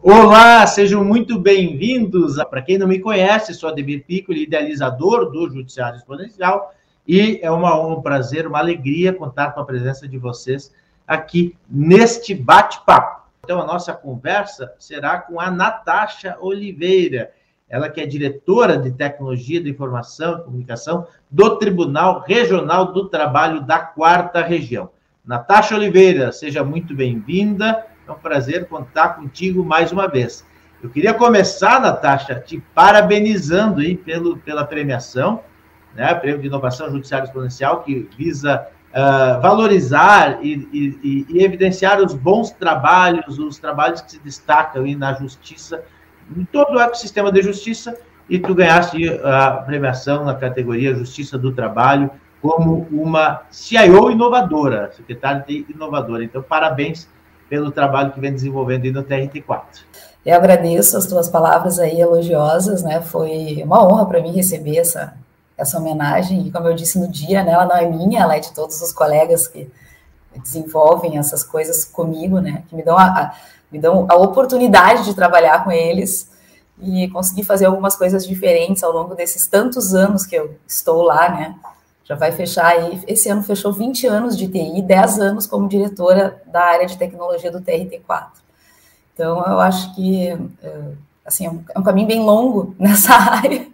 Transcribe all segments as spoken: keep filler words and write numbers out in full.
Olá, sejam muito bem-vindos. Para quem não me conhece, sou Ademir Piccoli, idealizador do Judiciário Exponencial, e é uma honra, um prazer, uma alegria contar com a presença de vocês aqui neste bate-papo. Então, a nossa conversa será com a Natasha Oliveira, ela que é diretora de Tecnologia de Informação e Comunicação do Tribunal Regional do Trabalho da Quarta Região. Natasha Oliveira, seja muito bem-vinda. É um prazer contar contigo mais uma vez. Eu queria começar, Natasha, te parabenizando aí pelo, pela premiação, né? Prêmio de Inovação Judiciária Exponencial, que visa uh, valorizar e, e, e evidenciar os bons trabalhos, os trabalhos que se destacam aí na justiça, em todo o ecossistema de justiça, e tu ganhaste a premiação na categoria Justiça do Trabalho como uma C I O inovadora, secretária de inovadora. Então, parabéns pelo trabalho que vem desenvolvendo aí no T R T quatro. Eu agradeço as tuas palavras aí elogiosas, né? Foi uma honra para mim receber essa, essa homenagem, e como eu disse no dia, né, ela não é minha, ela é de todos os colegas que desenvolvem essas coisas comigo, né? Que me dão a, a, me dão a oportunidade de trabalhar com eles e conseguir fazer algumas coisas diferentes ao longo desses tantos anos que eu estou lá, né? Já vai fechar aí, esse ano fechou vinte anos de T I, dez anos como diretora da área de tecnologia do T R T quatro. Então, eu acho que, assim, é um caminho bem longo nessa área.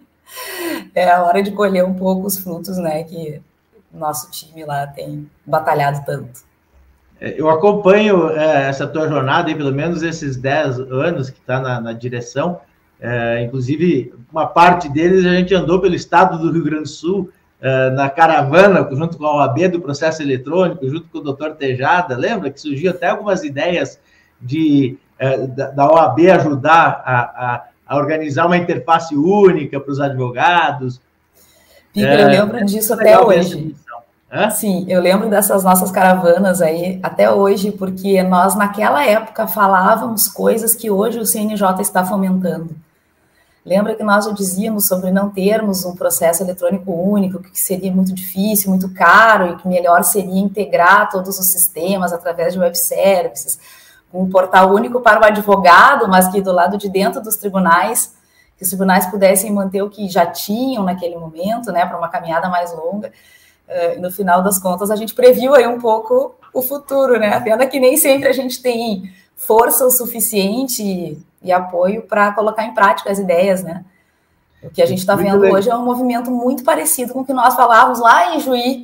É a hora de colher um pouco os frutos, né, que o nosso time lá tem batalhado tanto. Eu acompanho é, essa tua jornada, aí, pelo menos esses dez anos que está na, na direção. É, inclusive, uma parte deles a gente andou pelo estado do Rio Grande do Sul, na caravana, junto com a O A B do processo eletrônico, junto com o doutor Tejada, lembra que surgiu até algumas ideias de, da O A B ajudar a, a, a organizar uma interface única para os advogados. Piccoli, é, eu lembro disso até hoje. Sim, eu lembro dessas nossas caravanas aí até hoje, porque nós naquela época falávamos coisas que hoje o C N J está fomentando. Lembra que nós já dizíamos sobre não termos um processo eletrônico único, que seria muito difícil, muito caro, e que melhor seria integrar todos os sistemas através de web services, um portal único para o advogado, mas que do lado de dentro dos tribunais, que os tribunais pudessem manter o que já tinham naquele momento, né, para uma caminhada mais longa. E no final das contas, a gente previu aí um pouco o futuro, né? Pena que nem sempre a gente tem força o suficiente e apoio para colocar em prática as ideias, né? O que a gente está vendo bem. Hoje é um movimento muito parecido com o que nós falávamos lá em Juí.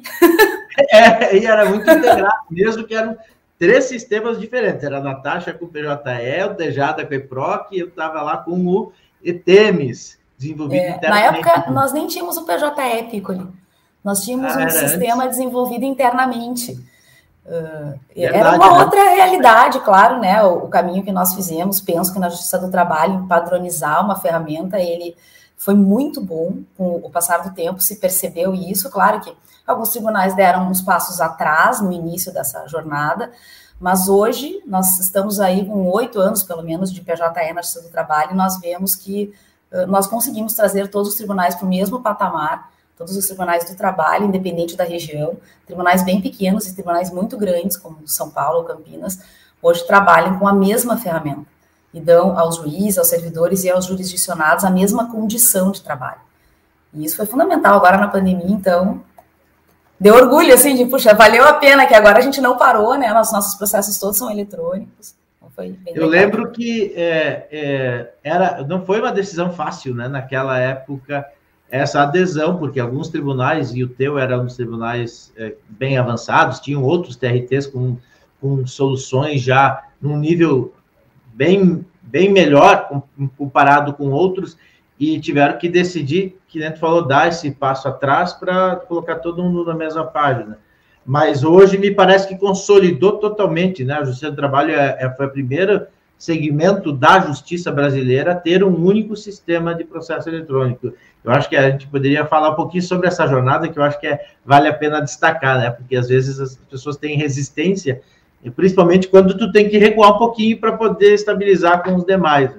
É, e era muito integrado, mesmo que eram três sistemas diferentes. Era a Natasha com o P J E, o Tejada com o EPROC, e eu estava lá com o ETEMES, desenvolvido é, internamente. Na época, nós nem tínhamos o P J E, Piccoli. Nós tínhamos ah, um sistema antes. desenvolvido internamente. Uh, Verdade, era uma né? outra realidade, claro, né? O, o caminho que nós fizemos, penso que na Justiça do Trabalho, em padronizar uma ferramenta, ele foi muito bom. Com o passar do tempo, se percebeu isso. Claro que alguns tribunais deram uns passos atrás no início dessa jornada, mas hoje nós estamos aí com oito anos, pelo menos, de P J E na Justiça do Trabalho, e nós vemos que uh, nós conseguimos trazer todos os tribunais para o mesmo patamar, todos os tribunais do trabalho, independente da região, tribunais bem pequenos e tribunais muito grandes, como São Paulo ou Campinas, hoje trabalham com a mesma ferramenta e dão aos juízes, aos servidores e aos jurisdicionados a mesma condição de trabalho. E isso foi fundamental agora na pandemia, então, deu orgulho, assim, de, puxa, valeu a pena que agora a gente não parou, né, nossos, nossos processos todos são eletrônicos. Então foi bem Eu legal. lembro que é, é, era, não foi uma decisão fácil, né, naquela época, essa adesão, porque alguns tribunais, e o teu era um dos tribunais é, bem avançados, tinham outros T R Ts com, com soluções já num nível bem, bem melhor com, comparado com outros, e tiveram que decidir, que nem tu falou, dar esse passo atrás para colocar todo mundo na mesma página. Mas hoje me parece que consolidou totalmente, né? A Justiça do Trabalho é, é, foi o primeiro segmento da justiça brasileira a ter um único sistema de processo eletrônico. Eu acho que a gente poderia falar um pouquinho sobre essa jornada, que eu acho que é, vale a pena destacar, né? Porque às vezes as pessoas têm resistência, e principalmente quando tu tem que recuar um pouquinho para poder estabilizar com os demais, né?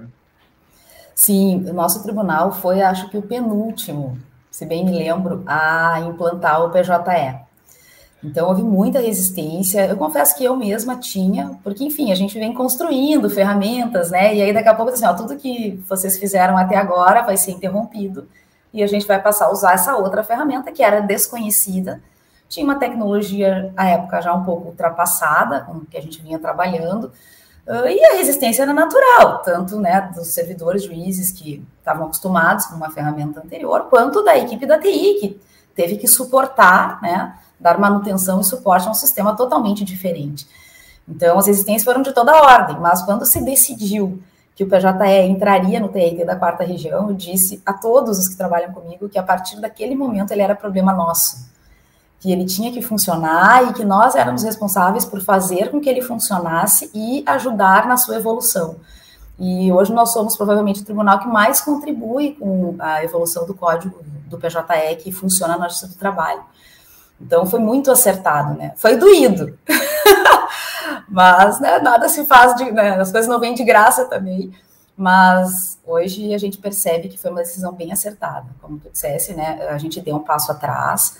Sim, o nosso tribunal foi, acho que o penúltimo, se bem me lembro, a implantar o P J E. Então, houve muita resistência. Eu confesso que eu mesma tinha, porque, enfim, a gente vem construindo ferramentas, né? E aí, daqui a pouco, assim, ó, tudo que vocês fizeram até agora vai ser interrompido e a gente vai passar a usar essa outra ferramenta que era desconhecida. Tinha uma tecnologia, à época, já um pouco ultrapassada, com que a gente vinha trabalhando, e a resistência era natural, tanto, né, dos servidores, juízes que estavam acostumados com uma ferramenta anterior, quanto da equipe da T I, que teve que suportar, né, dar manutenção e suporte a um sistema totalmente diferente. Então, as resistências foram de toda ordem, mas quando se decidiu que o P J E entraria no T R T da quarta região, eu disse a todos os que trabalham comigo que a partir daquele momento ele era problema nosso, que ele tinha que funcionar e que nós éramos responsáveis por fazer com que ele funcionasse e ajudar na sua evolução. E hoje nós somos provavelmente o tribunal que mais contribui com a evolução do código do P J E que funciona na Justiça do Trabalho. Então foi muito acertado, né? Foi doído. Mas, né, nada se faz, de, né, as coisas não vêm de graça também. Mas hoje a gente percebe que foi uma decisão bem acertada. Como tu dissesse, né, a gente deu um passo atrás.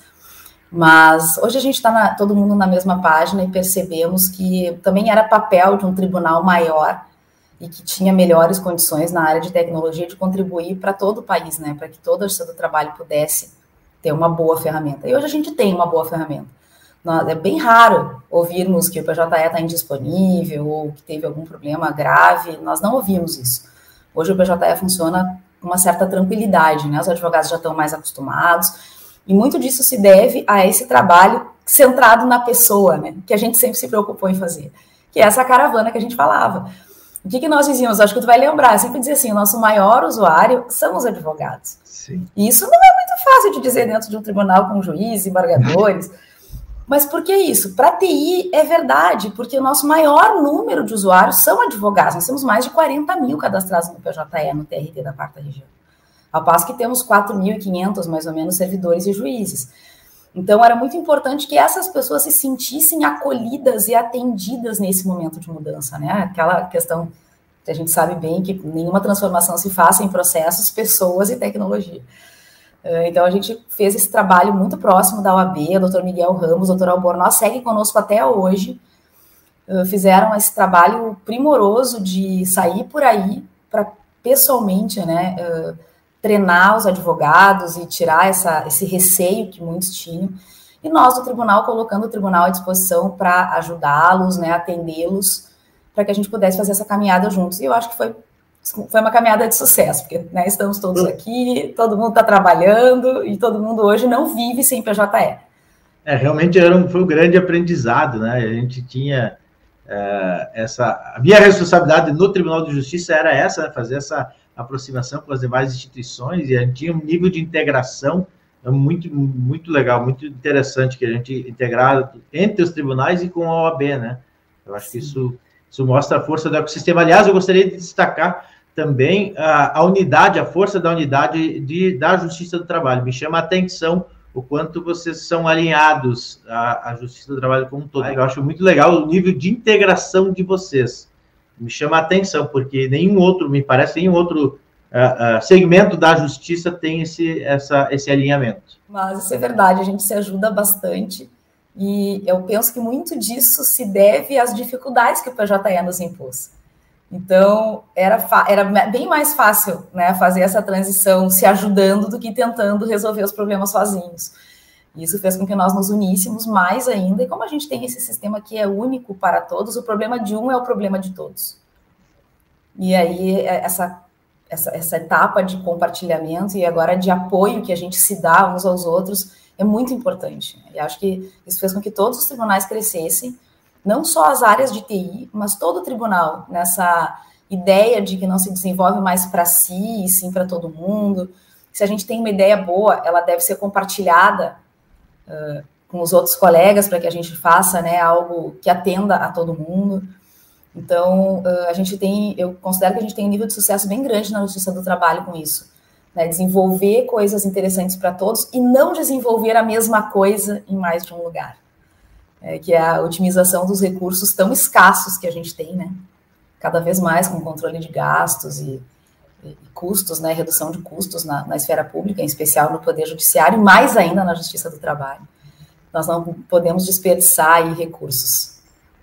Mas hoje a gente está todo mundo na mesma página e percebemos que também era papel de um tribunal maior e que tinha melhores condições na área de tecnologia de contribuir para todo o país, né? Para que toda a Justiça do Trabalho pudesse ter uma boa ferramenta. E hoje a gente tem uma boa ferramenta. É bem raro ouvirmos que o P J E está indisponível ou que teve algum problema grave. Nós não ouvimos isso. Hoje o P J E funciona com uma certa tranquilidade, né? Os advogados já estão mais acostumados. E muito disso se deve a esse trabalho centrado na pessoa, né? Que a gente sempre se preocupou em fazer. Que é essa caravana que a gente falava. O que, que nós dizíamos? Acho que tu vai lembrar. Eu sempre dizia assim, o nosso maior usuário são os advogados. Sim. E isso não é muito fácil de dizer dentro de um tribunal com juízes, embargadores. Mas por que isso? Para a T I é verdade, porque o nosso maior número de usuários são advogados. Nós temos mais de quarenta mil cadastrados no P J E, no T R T da quarta região. Ao passo que temos quatro mil e quinhentos, mais ou menos, servidores e juízes. Então, era muito importante que essas pessoas se sentissem acolhidas e atendidas nesse momento de mudança, né? Aquela questão que a gente sabe bem que nenhuma transformação se faz em processos, pessoas e tecnologia. Então, a gente fez esse trabalho muito próximo da O A B, o doutor Miguel Ramos, o doutor Albornoz, seguem conosco até hoje, fizeram esse trabalho primoroso de sair por aí para, pessoalmente, né, treinar os advogados e tirar essa, esse receio que muitos tinham. E nós, do tribunal, colocando o tribunal à disposição para ajudá-los, né, atendê-los, para que a gente pudesse fazer essa caminhada juntos. E eu acho que foi, foi uma caminhada de sucesso, porque, né, estamos todos aqui, todo mundo está trabalhando e todo mundo hoje não vive sem P J E. É, realmente era um, foi um grande aprendizado, né? A gente tinha é, essa... A minha responsabilidade no Tribunal de Justiça era essa, né, fazer essa aproximação com as demais instituições, e a gente tinha um nível de integração muito, muito legal, muito interessante, que a gente integrava entre os tribunais e com a O A B, né? Eu acho que isso, isso mostra a força do ecossistema. Aliás, eu gostaria de destacar também a, a unidade, a força da unidade de, da Justiça do Trabalho. Me chama a atenção o quanto vocês são alinhados à, à Justiça do Trabalho como um todo. Eu acho muito legal o nível de integração de vocês. Me chama a atenção, porque nenhum outro, me parece, nenhum outro uh, uh, segmento da justiça tem esse, essa, esse alinhamento. Mas isso é verdade, a gente se ajuda bastante, e eu penso que muito disso se deve às dificuldades que o P J E nos impôs. Então, era, era bem mais fácil, né, fazer essa transição se ajudando do que tentando resolver os problemas sozinhos. Isso fez com que nós nos uníssemos mais ainda, e como a gente tem esse sistema que é único para todos, o problema de um é o problema de todos. E aí, essa, essa, essa etapa de compartilhamento e agora de apoio que a gente se dá uns aos outros é muito importante. E acho que isso fez com que todos os tribunais crescessem, não só as áreas de T I, mas todo o tribunal, nessa ideia de que não se desenvolve mais para si, e sim para todo mundo. Se a gente tem uma ideia boa, ela deve ser compartilhada Uh, com os outros colegas, para que a gente faça, né, algo que atenda a todo mundo. Então, uh, a gente tem, eu considero que a gente tem um nível de sucesso bem grande na Justiça do Trabalho com isso, né, desenvolver coisas interessantes para todos e não desenvolver a mesma coisa em mais de um lugar, é, que é a otimização dos recursos tão escassos que a gente tem, né, cada vez mais com controle de gastos e, e custos, né, redução de custos na, na esfera pública, em especial no Poder Judiciário, e mais ainda na Justiça do Trabalho. nós não podemos desperdiçar aí recursos.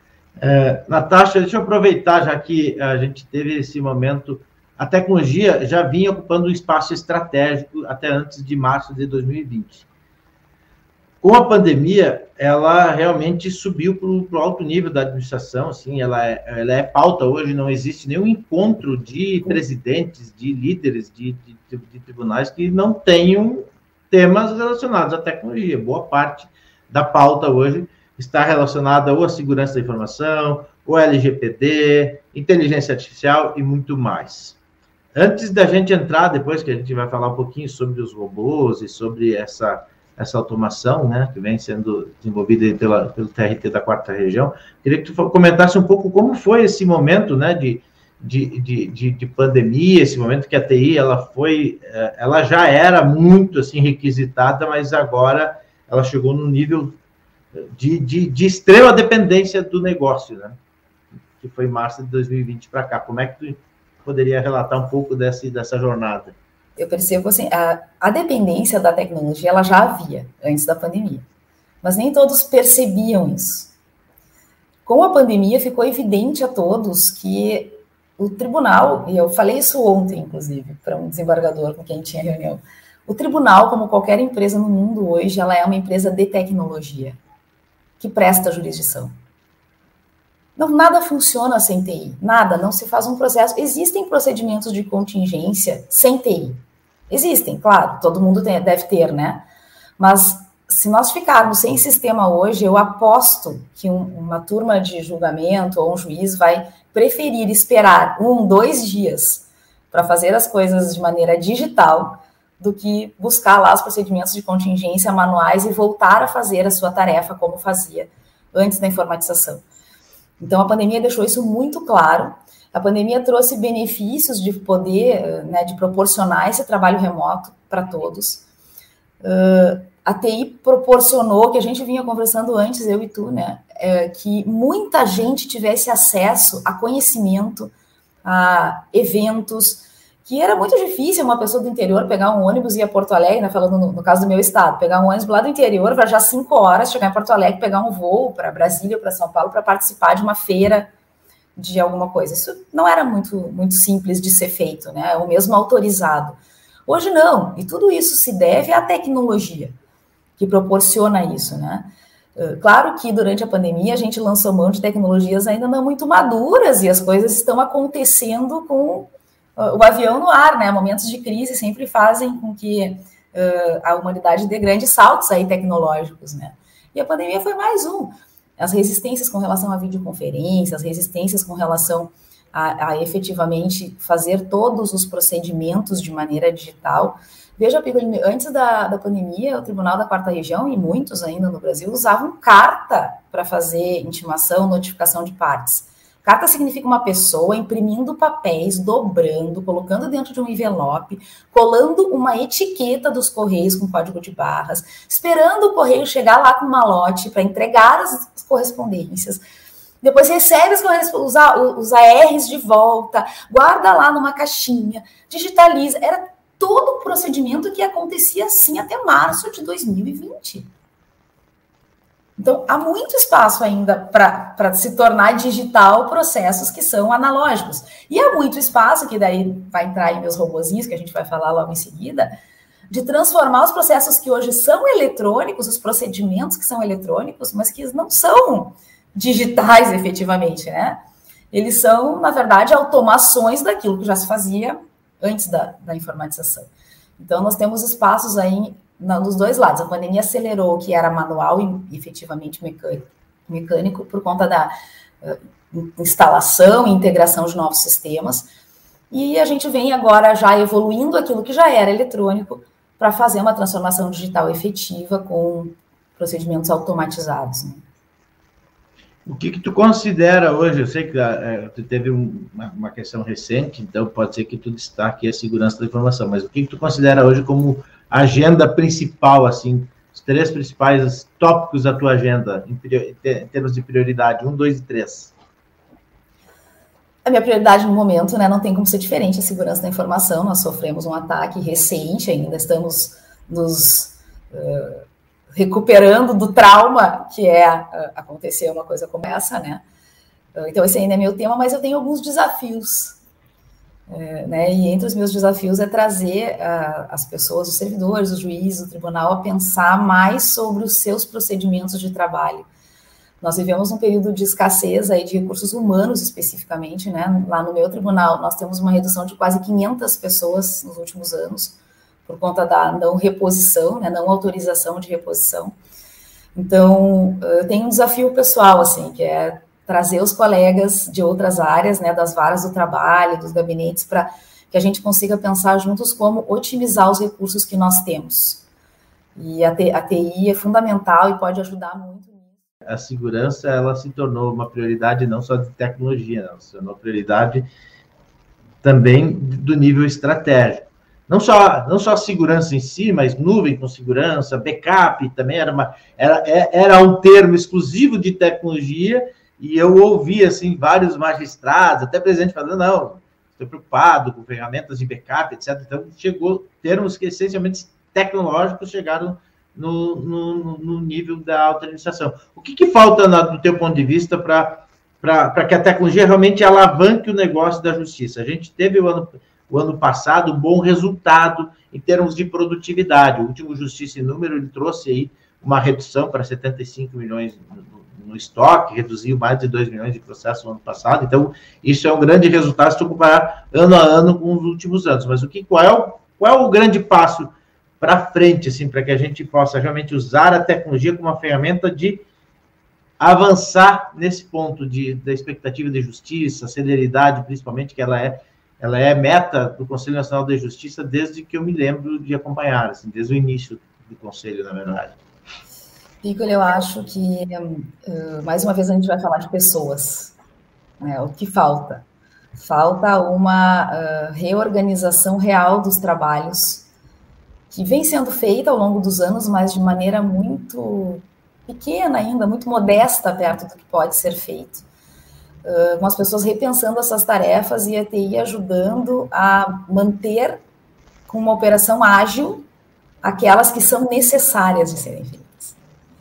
É, Natasha, deixa eu aproveitar, já que a gente teve esse momento, a tecnologia já vinha ocupando um espaço estratégico até antes de março de dois mil e vinte. Com a pandemia, ela realmente subiu para o alto nível da administração, assim, ela é, ela é pauta hoje, não existe nenhum encontro de presidentes, de líderes de, de, de tribunais que não tenham temas relacionados à tecnologia. Boa parte da pauta hoje está relacionada ou à segurança da informação, ou L G P D, inteligência artificial e muito mais. Antes da gente entrar, depois que a gente vai falar um pouquinho sobre os robôs e sobre essa... essa automação, né, que vem sendo desenvolvida pela, pelo T R T da quarta região, queria que tu comentasse um pouco como foi esse momento, né, de, de, de, de, de pandemia, esse momento que a T I, ela foi, ela já era muito, assim, requisitada, mas agora ela chegou num nível de, de, de extrema dependência do negócio, né, que foi em março de dois mil e vinte para cá. Como é que tu poderia relatar um pouco dessa, dessa jornada? Eu percebo assim, a, a dependência da tecnologia, ela já havia antes da pandemia, mas nem todos percebiam isso. Com a pandemia, ficou evidente a todos que o tribunal, e eu falei isso ontem, inclusive, para um desembargador com quem tinha reunião, o tribunal, como qualquer empresa no mundo hoje, ela é uma empresa de tecnologia, que presta jurisdição. Não, nada funciona sem T I, nada, não se faz um processo. Existem procedimentos de contingência sem T I. Existem, claro, todo mundo tem, deve ter, né? Mas se nós ficarmos sem sistema hoje, eu aposto que um, uma turma de julgamento ou um juiz vai preferir esperar um, dois dias para fazer as coisas de maneira digital do que buscar lá os procedimentos de contingência manuais e voltar a fazer a sua tarefa como fazia antes da informatização. Então, a pandemia deixou isso muito claro. A pandemia trouxe benefícios de poder, né, de proporcionar esse trabalho remoto para todos. Uh, a T I proporcionou, que a gente vinha conversando antes, eu e tu, né, é, que muita gente tivesse acesso a conhecimento, a eventos, que era muito difícil uma pessoa do interior pegar um ônibus e ir a Porto Alegre, né, falando no, no caso do meu estado, pegar um ônibus lá do interior, viajar cinco horas, chegar em Porto Alegre, pegar um voo para Brasília ou para São Paulo para participar de uma feira de alguma coisa. Isso não era muito, muito simples de ser feito, né, ou mesmo autorizado. Hoje não, e tudo isso se deve à tecnologia que proporciona isso, né. Claro que durante a pandemia a gente lançou mão de tecnologias ainda não muito maduras e as coisas estão acontecendo com o avião no ar, né? Momentos de crise sempre fazem com que uh, a humanidade dê grandes saltos aí tecnológicos, né? E a pandemia foi mais um. As resistências com relação à videoconferência, as resistências com relação a, a efetivamente fazer todos os procedimentos de maneira digital. Veja, Picolino, antes da, da pandemia, o Tribunal da Quarta Região, e muitos ainda no Brasil, usavam carta para fazer intimação, notificação de partes. Carta significa uma pessoa imprimindo papéis, dobrando, colocando dentro de um envelope, colando uma etiqueta dos correios com código de barras, esperando o correio chegar lá com um malote para entregar as correspondências. Depois recebe os, os, os A Rs de volta, guarda lá numa caixinha, digitaliza. Era todo o procedimento que acontecia assim até março de dois mil e vinte. Então, há muito espaço ainda para se tornar digital processos que são analógicos. E há muito espaço, que daí vai entrar aí meus robozinhos, que a gente vai falar logo em seguida, de transformar os processos que hoje são eletrônicos, os procedimentos que são eletrônicos, mas que não são digitais efetivamente, né? Eles são, na verdade, automações daquilo que já se fazia antes da, da informatização. Então, nós temos espaços aí nos dois lados. A pandemia acelerou o que era manual e efetivamente mecânico, mecânico por conta da uh, instalação e integração de novos sistemas, e a gente vem agora já evoluindo aquilo que já era eletrônico para fazer uma transformação digital efetiva com procedimentos automatizados, né? O que que tu considera hoje? Eu sei que é, tu teve um, uma, uma questão recente, então pode ser que tu destaque a segurança da informação, mas o que que tu considera hoje como agenda principal, assim, os três principais tópicos da tua agenda, em, em termos de prioridade, um, dois e três? A minha prioridade no momento, né, não tem como ser diferente, a segurança da informação. Nós sofremos um ataque recente, ainda estamos nos uh, recuperando do trauma que é uh, acontecer uma coisa como essa, né? Uh, então, esse ainda é meu tema, mas eu tenho alguns desafios. Uh, né? E entre os meus desafios é trazer uh, as pessoas, os servidores, os juízes, o tribunal, a pensar mais sobre os seus procedimentos de trabalho. Nós vivemos um período de escassez aí de recursos humanos, especificamente, né? Lá no meu tribunal, nós temos uma redução de quase quinhentas pessoas nos últimos anos, por conta da não reposição, né? Não autorização de reposição. Então, eu tenho um desafio pessoal, assim, que é trazer os colegas de outras áreas, né? Das varas do trabalho, dos gabinetes, para que a gente consiga pensar juntos como otimizar os recursos que nós temos. E a T I é fundamental e pode ajudar muito. A segurança, ela se tornou uma prioridade não só de tecnologia, não, se tornou prioridade também do nível estratégico. Não só, não só a segurança em si, mas nuvem com segurança, backup também era, uma, era, era um termo exclusivo de tecnologia, e eu ouvi, assim, vários magistrados, até presidente falando, não, estou preocupado com ferramentas de backup, etcétera. Então, chegou termos que essencialmente tecnológicos chegaram No, no, no nível da alta administração. O que, que falta, do teu ponto de vista, para que a tecnologia realmente alavanque o negócio da justiça? A gente teve o ano, o ano passado um bom resultado em termos de produtividade. O último Justiça em Número, ele trouxe aí uma redução para setenta e cinco milhões no, no estoque, reduziu mais de dois milhões de processos no ano passado. Então, isso é um grande resultado se tu comparar ano a ano com os últimos anos. Mas o que, qual, é o, qual é o grande passo para frente, assim, para que a gente possa realmente usar a tecnologia como uma ferramenta de avançar nesse ponto de, da expectativa de justiça, celeridade, principalmente, que ela é, ela é meta do Conselho Nacional de Justiça desde que eu me lembro de acompanhar, assim, desde o início do Conselho, na verdade. Piccoli, eu acho que, uh, mais uma vez, a gente vai falar de pessoas. Né? O que falta? Falta uma uh, reorganização real dos trabalhos, que vem sendo feita ao longo dos anos, mas de maneira muito pequena ainda, muito modesta perto do que pode ser feito. Uh, com as pessoas repensando essas tarefas e a T I ajudando a manter com uma operação ágil aquelas que são necessárias de serem feitas.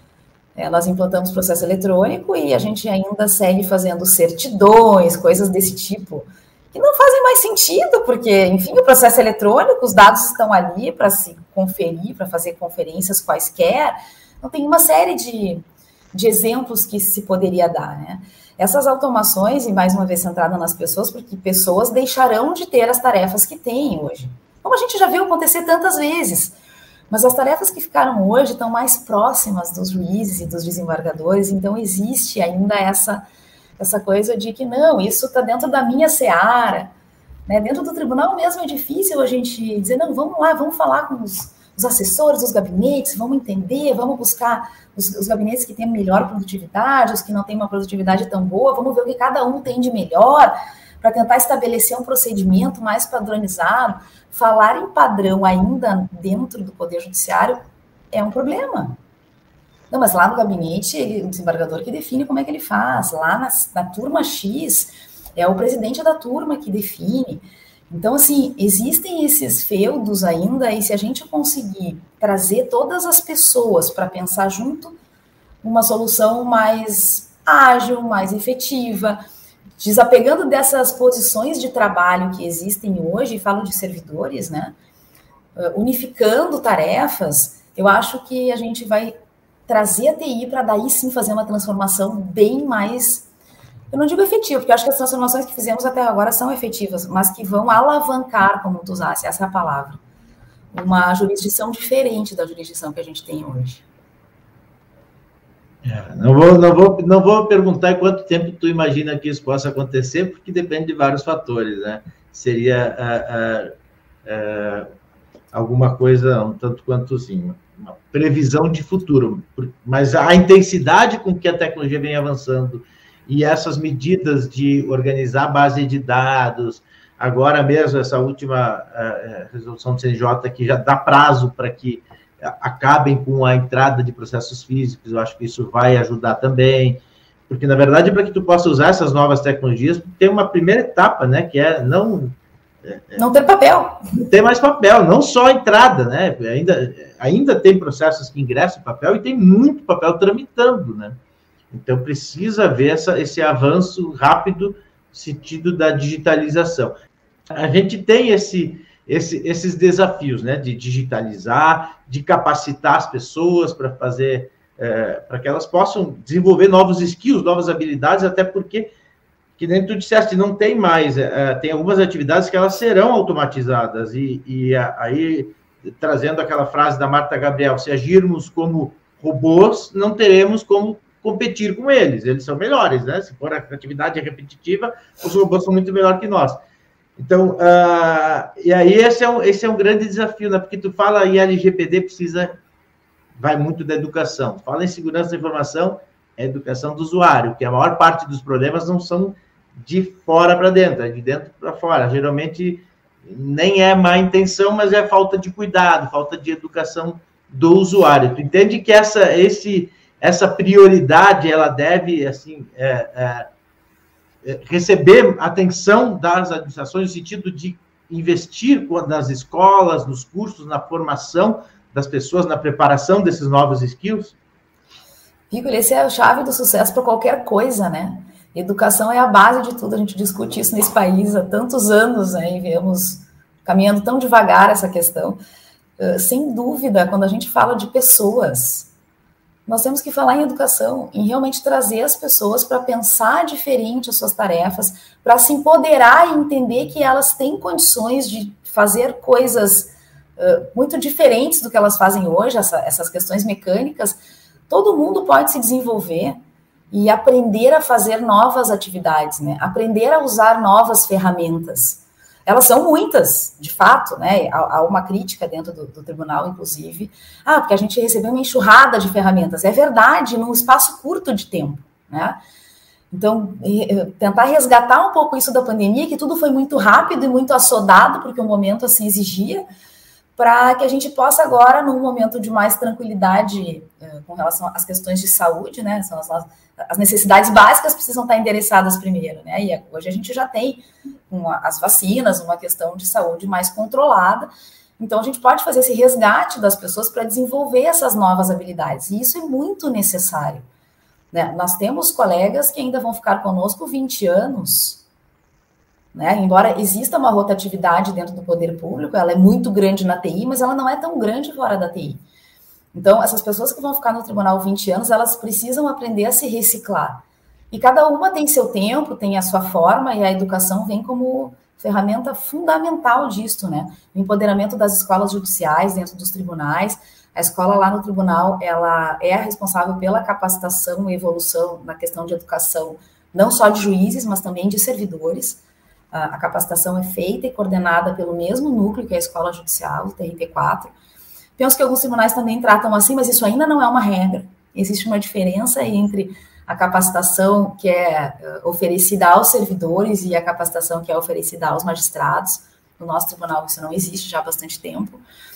É, nós implantamos processo eletrônico e a gente ainda segue fazendo certidões, coisas desse tipo, que não fazem mais sentido, porque, enfim, o processo eletrônico, os dados estão ali para se conferir, para fazer conferências quaisquer. Então, tem uma série de, de exemplos que se poderia dar, né? Essas automações, e mais uma vez centrada nas pessoas, porque pessoas deixarão de ter as tarefas que têm hoje. Como a gente já viu acontecer tantas vezes. Mas as tarefas que ficaram hoje estão mais próximas dos juízes e dos desembargadores, então existe ainda essa... essa coisa de que, não, isso está dentro da minha seara, né? Dentro do tribunal mesmo é difícil a gente dizer, não, vamos lá, vamos falar com os, os assessores dos gabinetes, vamos entender, vamos buscar os, os gabinetes que têm melhor produtividade, os que não têm uma produtividade tão boa, vamos ver o que cada um tem de melhor, para tentar estabelecer um procedimento mais padronizado. Falar em padrão ainda dentro do Poder Judiciário é um problema. Não, mas lá no gabinete, ele, o desembargador que define como é que ele faz. Lá na, na turma X, é o presidente da turma que define. Então, assim, existem esses feudos ainda, e se a gente conseguir trazer todas as pessoas para pensar junto uma solução mais ágil, mais efetiva, desapegando dessas posições de trabalho que existem hoje, e falo de servidores, né? Unificando tarefas, eu acho que a gente vai trazer a T I para daí sim fazer uma transformação bem mais, eu não digo efetiva, porque eu acho que as transformações que fizemos até agora são efetivas, mas que vão alavancar, como tu usasse, essa é a palavra, uma jurisdição diferente da jurisdição que a gente tem hoje. É, não, vou, não, vou, não vou perguntar em quanto tempo tu imagina que isso possa acontecer, porque depende de vários fatores, né? Seria uh, uh, uh, alguma coisa um tanto quanto assim, uma previsão de futuro, mas a intensidade com que a tecnologia vem avançando e essas medidas de organizar a base de dados, agora mesmo essa última uh, resolução do C N J que já dá prazo para que acabem com a entrada de processos físicos, eu acho que isso vai ajudar também, porque, na verdade, para que tu possa usar essas novas tecnologias, tem uma primeira etapa, né, que é não Não tem papel. Não tem mais papel, não só a entrada, né? Ainda, ainda tem processos que ingressam em papel e tem muito papel tramitando, né? Então, precisa haver essa, esse avanço rápido no sentido da digitalização. A gente tem esse, esse, esses desafios, né? De digitalizar, de capacitar as pessoas para fazer, é, para que elas possam desenvolver novos skills, novas habilidades, até porque, que nem tu disseste, não tem mais, é, tem algumas atividades que elas serão automatizadas, e, e aí, trazendo aquela frase da Marta Gabriel, se agirmos como robôs, não teremos como competir com eles, eles são melhores, né? Se for a atividade repetitiva, os robôs são muito melhores que nós. Então, uh, e aí esse é, um, esse é um grande desafio, né? Porque tu fala em L G P D, precisa, vai muito da educação. Tu fala em segurança da informação, é a educação do usuário, que a maior parte dos problemas não são de fora para dentro, é de dentro para fora. Geralmente, nem é má intenção, mas é falta de cuidado, falta de educação do usuário. Tu entende que essa, esse... essa prioridade, ela deve, assim, é, é, receber atenção das administrações no sentido de investir nas escolas, nos cursos, na formação das pessoas, na preparação desses novos skills? Piccoli, esse é a chave do sucesso para qualquer coisa, né? Educação é a base de tudo, a gente discute isso nesse país há tantos anos, né? E viemos caminhando tão devagar essa questão. Uh, sem dúvida, quando a gente fala de pessoas, nós temos que falar em educação, em realmente trazer as pessoas para pensar diferente as suas tarefas, para se empoderar e entender que elas têm condições de fazer coisas uh, muito diferentes do que elas fazem hoje, essa, essas questões mecânicas. Todo mundo pode se desenvolver e aprender a fazer novas atividades, né? Aprender a usar novas ferramentas. Elas são muitas, de fato, né? Há uma crítica dentro do, do tribunal, inclusive. Ah, porque a gente recebeu uma enxurrada de ferramentas. É verdade, num espaço curto de tempo, né? Então, tentar resgatar um pouco isso da pandemia, que tudo foi muito rápido e muito assodado, porque o momento assim exigia, para que a gente possa agora, num momento de mais tranquilidade com relação às questões de saúde, né? São as, as necessidades básicas precisam estar endereçadas primeiro, né? E hoje a gente já tem uma, as vacinas, uma questão de saúde mais controlada. Então, a gente pode fazer esse resgate das pessoas para desenvolver essas novas habilidades. E isso é muito necessário, né? Nós temos colegas que ainda vão ficar conosco vinte anos, né? Embora exista uma rotatividade dentro do poder público, ela é muito grande na T I, mas ela não é tão grande fora da T I. Então, essas pessoas que vão ficar no tribunal vinte anos, elas precisam aprender a se reciclar. E cada uma tem seu tempo, tem a sua forma, e a educação vem como ferramenta fundamental disso, né? O empoderamento das escolas judiciais dentro dos tribunais. A escola lá no tribunal, ela é a responsável pela capacitação e evolução na questão de educação, não só de juízes, mas também de servidores. A capacitação é feita e coordenada pelo mesmo núcleo que é a escola judicial, o T R T quatro. Penso que alguns tribunais também tratam assim, mas isso ainda não é uma regra. Existe uma diferença entre a capacitação que é oferecida aos servidores e a capacitação que é oferecida aos magistrados. No nosso tribunal isso não existe já há bastante tempo.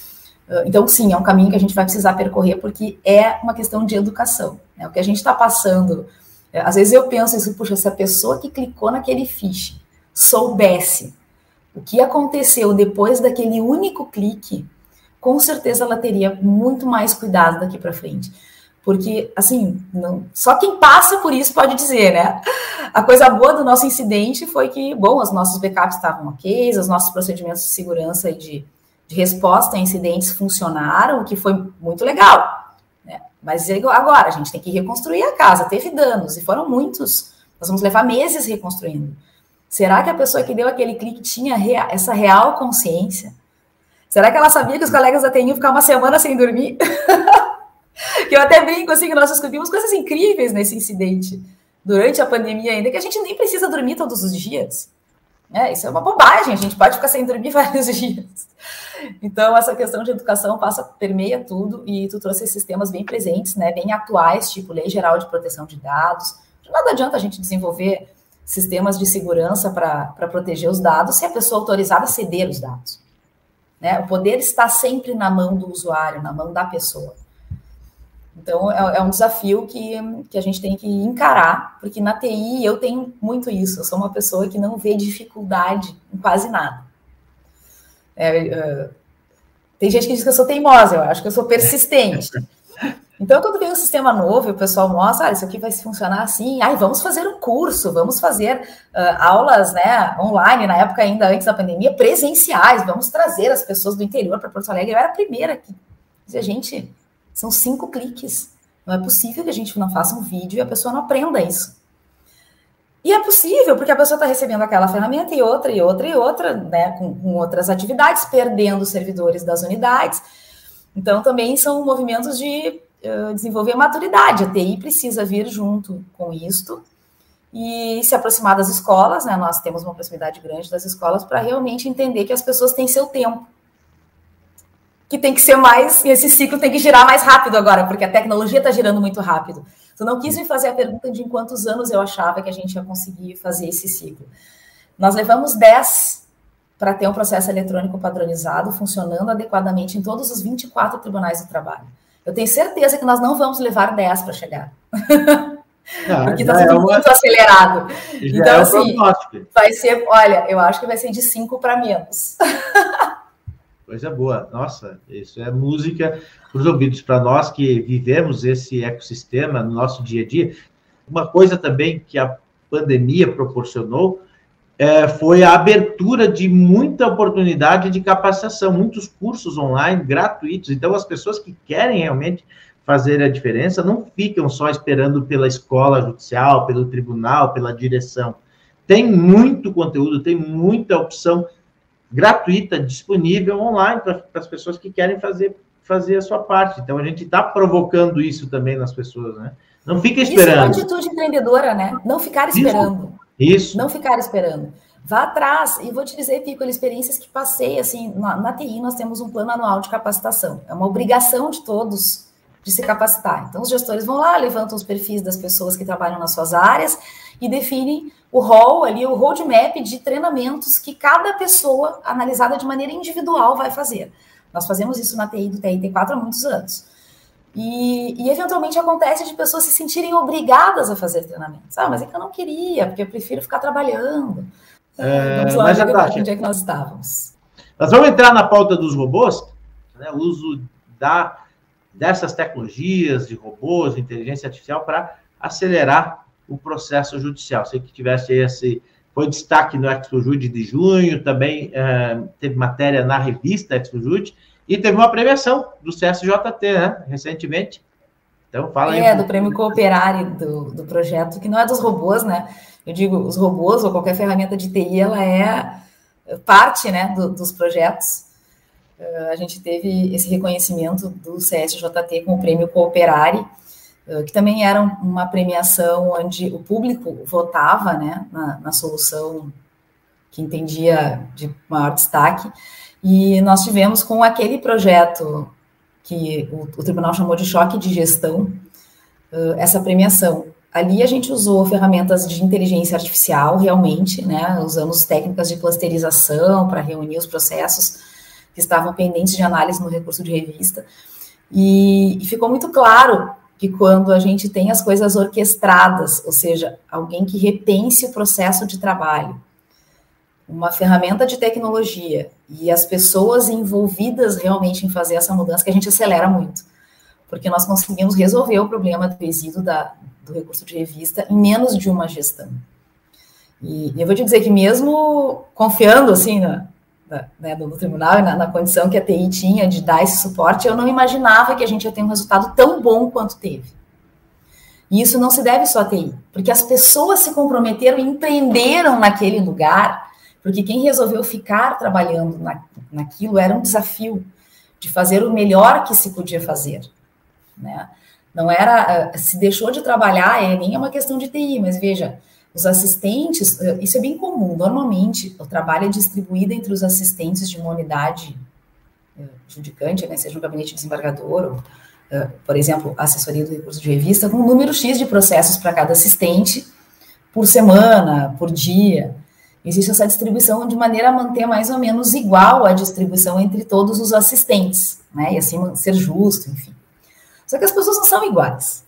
Então, sim, é um caminho que a gente vai precisar percorrer, porque é uma questão de educação, né? O que a gente está passando, às vezes eu penso isso, puxa, se a pessoa que clicou naquele fiche soubesse o que aconteceu depois daquele único clique, com certeza ela teria muito mais cuidado daqui para frente. Porque, assim, não, só quem passa por isso pode dizer, né? A coisa boa do nosso incidente foi que, bom, os nossos backups estavam ok, os nossos procedimentos de segurança e de, de resposta a incidentes funcionaram, o que foi muito legal, né? Mas agora, a gente tem que reconstruir a casa, teve danos, e foram muitos. Nós vamos levar meses reconstruindo. Será que a pessoa que deu aquele clique tinha rea- essa real consciência? Será que ela sabia que os colegas da T I iam ficar uma semana sem dormir? Que eu até brinco, assim, que nós discutimos coisas incríveis nesse incidente, durante a pandemia ainda, que a gente nem precisa dormir todos os dias. É, isso é uma bobagem, a gente pode ficar sem dormir vários dias. Então, essa questão de educação passa, permeia tudo, e tu trouxe esses temas bem presentes, né, bem atuais, tipo Lei Geral de Proteção de Dados. De nada adianta a gente desenvolver sistemas de segurança para proteger os dados se a pessoa autorizada ceder os dados, né? O poder está sempre na mão do usuário, na mão da pessoa. Então, é, é um desafio que, que a gente tem que encarar, porque na T I eu tenho muito isso, eu sou uma pessoa que não vê dificuldade em quase nada. É, uh, tem gente que diz que eu sou teimosa, eu acho que eu sou persistente. Então, quando vem um sistema novo, o pessoal mostra, ah, isso aqui vai funcionar assim, ai, vamos fazer um curso, vamos fazer uh, aulas, né, online, na época ainda antes da pandemia, presenciais, vamos trazer as pessoas do interior para Porto Alegre. Eu era a primeira que dizia, gente, são cinco cliques, não é possível que a gente não faça um vídeo e a pessoa não aprenda isso. E é possível, porque a pessoa está recebendo aquela ferramenta e outra, e outra, e outra, né, com, com outras atividades, perdendo os servidores das unidades. Então, também são movimentos de uh, desenvolver maturidade. A T I precisa vir junto com isto e se aproximar das escolas, né? Nós temos uma proximidade grande das escolas para realmente entender que as pessoas têm seu tempo. Que tem que ser mais, esse ciclo tem que girar mais rápido agora, porque a tecnologia está girando muito rápido. Tu não quis me fazer a pergunta de em quantos anos eu achava que a gente ia conseguir fazer esse ciclo. Nós levamos dez para ter um processo eletrônico padronizado, funcionando adequadamente em todos os vinte e quatro tribunais do trabalho. Eu tenho certeza que nós não vamos levar dez para chegar. Não, porque está tudo é uma... muito acelerado. Já então, é assim, vai ser, olha, eu acho que vai ser de cinco para menos. Coisa boa. Nossa, isso é música para os ouvidos. Para nós que vivemos esse ecossistema no nosso dia a dia, uma coisa também que a pandemia proporcionou é, foi a abertura de muita oportunidade de capacitação, muitos cursos online gratuitos. Então, as pessoas que querem realmente fazer a diferença não ficam só esperando pela escola judicial, pelo tribunal, pela direção. Tem muito conteúdo, tem muita opção gratuita, disponível online para as pessoas que querem fazer, fazer a sua parte. Então, a gente está provocando isso também nas pessoas, né? Não fica esperando. Isso é uma atitude empreendedora, né? Não ficar esperando. Isso. isso. Não ficar esperando. Vá atrás. E vou te dizer, Pico, experiências que passei, assim, na, na T I nós temos um plano anual de capacitação. É uma obrigação de todos de se capacitar. Então, os gestores vão lá, levantam os perfis das pessoas que trabalham nas suas áreas e definem o rol ali, o roadmap de treinamentos que cada pessoa, analisada de maneira individual, vai fazer. Nós fazemos isso na T I do T I T quatro há muitos anos. E, e, eventualmente, acontece de pessoas se sentirem obrigadas a fazer treinamentos. Ah, mas é que eu não queria, porque eu prefiro ficar trabalhando. É, vamos lá, mas já tá, onde é que nós estávamos. Nós vamos entrar na pauta dos robôs, né, o uso da, dessas tecnologias de robôs, de inteligência artificial, para acelerar o processo judicial. Sei que tivesse esse... Foi destaque no ExpoJude de junho, também é, teve matéria na revista ExpoJude, e teve uma premiação do C S J T, né, recentemente. Então, fala aí. É, um do Prêmio Cooperare do, do projeto, que não é dos robôs, né? Eu digo, os robôs ou qualquer ferramenta de T I, ela é parte, né, do, dos projetos. Uh, a gente teve esse reconhecimento do C S J T com o Prêmio Cooperare, uh, que também era uma premiação onde o público votava, né, na, na solução que entendia de maior destaque. E nós tivemos com aquele projeto que o, o tribunal chamou de choque de gestão, uh, essa premiação. Ali a gente usou ferramentas de inteligência artificial, realmente, né? Usamos técnicas de clusterização para reunir os processos que estavam pendentes de análise no recurso de revista. E, e ficou muito claro que quando a gente tem as coisas orquestradas, ou seja, alguém que repense o processo de trabalho, uma ferramenta de tecnologia e as pessoas envolvidas realmente em fazer essa mudança, que a gente acelera muito, porque nós conseguimos resolver o problema do resíduo da, do recurso de revista em menos de uma gestão. E, e eu vou te dizer que mesmo confiando, assim, na, na, né, no tribunal e na, na condição que a T I tinha de dar esse suporte, eu não imaginava que a gente ia ter um resultado tão bom quanto teve. E isso não se deve só à T I, porque as pessoas se comprometeram e empreenderam naquele lugar, porque quem resolveu ficar trabalhando na, naquilo era um desafio de fazer o melhor que se podia fazer, né? Não era, se deixou de trabalhar, é, nem é uma questão de T I, mas veja, os assistentes, isso é bem comum, normalmente o trabalho é distribuído entre os assistentes de uma unidade judicante, né, seja um gabinete desembargador, ou, por exemplo, a assessoria do recurso de revista, com um número X de processos para cada assistente, por semana, por dia. Existe essa distribuição de maneira a manter mais ou menos igual a distribuição entre todos os assistentes, né? E assim ser justo, enfim. Só que as pessoas não são iguais.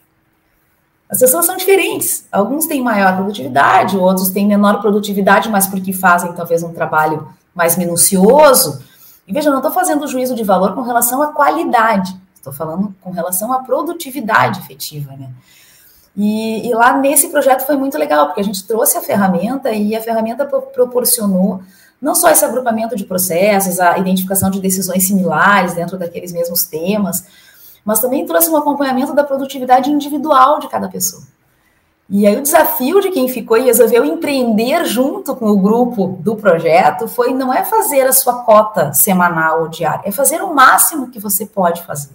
As pessoas são diferentes. Alguns têm maior produtividade, outros têm menor produtividade, mas porque fazem talvez um trabalho mais minucioso. E veja, eu não estou fazendo juízo de valor com relação à qualidade, estou falando com relação à produtividade efetiva, né? E, e lá nesse projeto foi muito legal, porque a gente trouxe a ferramenta e a ferramenta pro, proporcionou não só esse agrupamento de processos, a identificação de decisões similares dentro daqueles mesmos temas, mas também trouxe um acompanhamento da produtividade individual de cada pessoa. E aí o desafio de quem ficou e resolveu empreender junto com o grupo do projeto foi não é fazer a sua cota semanal ou diária, é fazer o máximo que você pode fazer.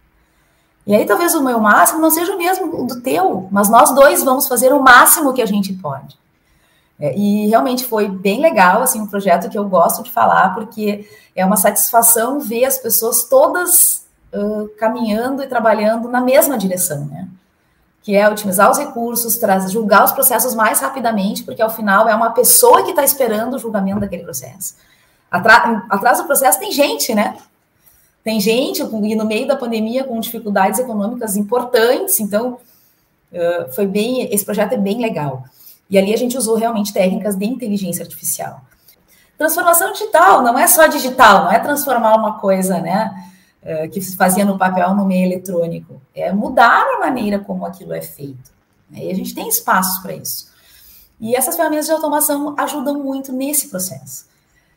E aí talvez o meu máximo não seja o mesmo do teu, mas nós dois vamos fazer o máximo que a gente pode. É, e realmente foi bem legal, assim, um projeto que eu gosto de falar, porque é uma satisfação ver as pessoas todas uh, caminhando e trabalhando na mesma direção, né? Que é otimizar os recursos, julgar os processos mais rapidamente, porque ao final é uma pessoa que está esperando o julgamento daquele processo. Atra- atrás do processo tem gente, né? Tem gente, e no meio da pandemia, com dificuldades econômicas importantes, então uh, foi bem, esse projeto é bem legal. E ali a gente usou realmente técnicas de inteligência artificial. Transformação digital, não é só digital, não é transformar uma coisa, né? Que se fazia no papel no meio eletrônico, é mudar a maneira como aquilo é feito. E a gente tem espaços para isso. E essas ferramentas de automação ajudam muito nesse processo.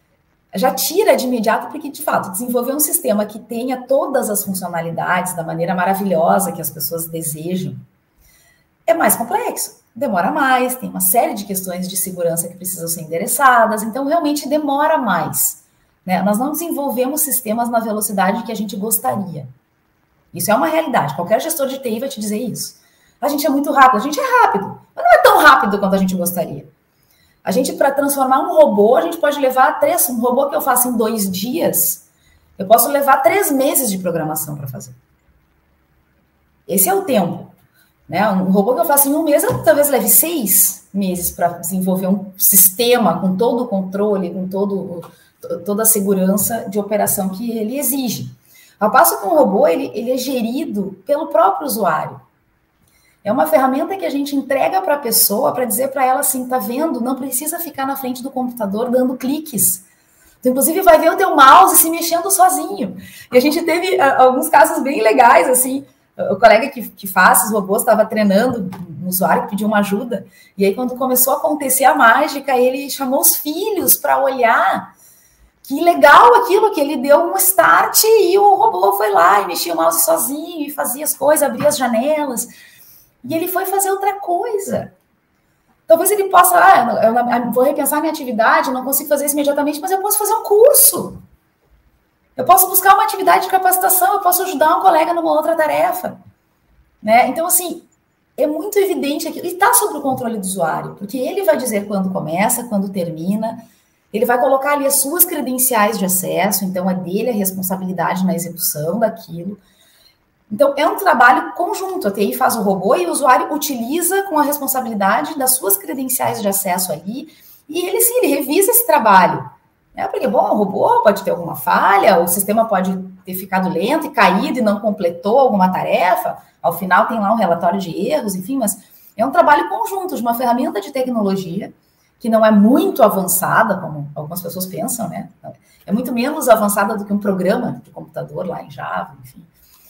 Já tira de imediato, porque, de fato, desenvolver um sistema que tenha todas as funcionalidades da maneira maravilhosa que as pessoas desejam é mais complexo, demora mais, tem uma série de questões de segurança que precisam ser endereçadas, então realmente demora mais. Né? Nós não desenvolvemos sistemas na velocidade que a gente gostaria. Isso é uma realidade. Qualquer gestor de T I vai te dizer isso. A gente é muito rápido. A gente é rápido, mas não é tão rápido quanto a gente gostaria. A gente, para transformar um robô, a gente pode levar três... Um robô que eu faço em dois dias, eu posso levar três meses de programação para fazer. Esse é o tempo. Né? Um robô que eu faço em um mês, eu talvez leve seis meses para desenvolver um sistema com todo o controle, com todo o... toda a segurança de operação que ele exige. Ao passo que um robô, ele, ele é gerido pelo próprio usuário. É uma ferramenta que a gente entrega para a pessoa para dizer para ela assim, tá vendo? Não precisa ficar na frente do computador dando cliques. Tu, inclusive, vai ver o teu mouse se mexendo sozinho. E a gente teve uh, alguns casos bem legais, assim, o colega que, que faz os robôs estava treinando um usuário que pediu uma ajuda, e aí quando começou a acontecer a mágica, ele chamou os filhos para olhar. Que legal aquilo, que ele deu um start e o robô foi lá e mexia o mouse sozinho e fazia as coisas, abria as janelas. E ele foi fazer outra coisa. Talvez ele possa, ah, eu, eu vou repensar minha atividade, não consigo fazer isso imediatamente, mas eu posso fazer um curso. Eu posso buscar uma atividade de capacitação, eu posso ajudar um colega numa outra tarefa. Né? Então, assim, é muito evidente aquilo. E está sob o controle do usuário, porque ele vai dizer quando começa, quando termina. Ele vai colocar ali as suas credenciais de acesso, então é dele a responsabilidade na execução daquilo. Então, é um trabalho conjunto. A T I faz o robô e o usuário utiliza com a responsabilidade das suas credenciais de acesso ali, e ele, sim, ele revisa esse trabalho. É porque, bom, o robô pode ter alguma falha, o sistema pode ter ficado lento e caído e não completou alguma tarefa, ao final tem lá um relatório de erros, enfim, mas é um trabalho conjunto de uma ferramenta de tecnologia que não é muito avançada, como algumas pessoas pensam, né? É muito menos avançada do que um programa de computador lá em Java, enfim.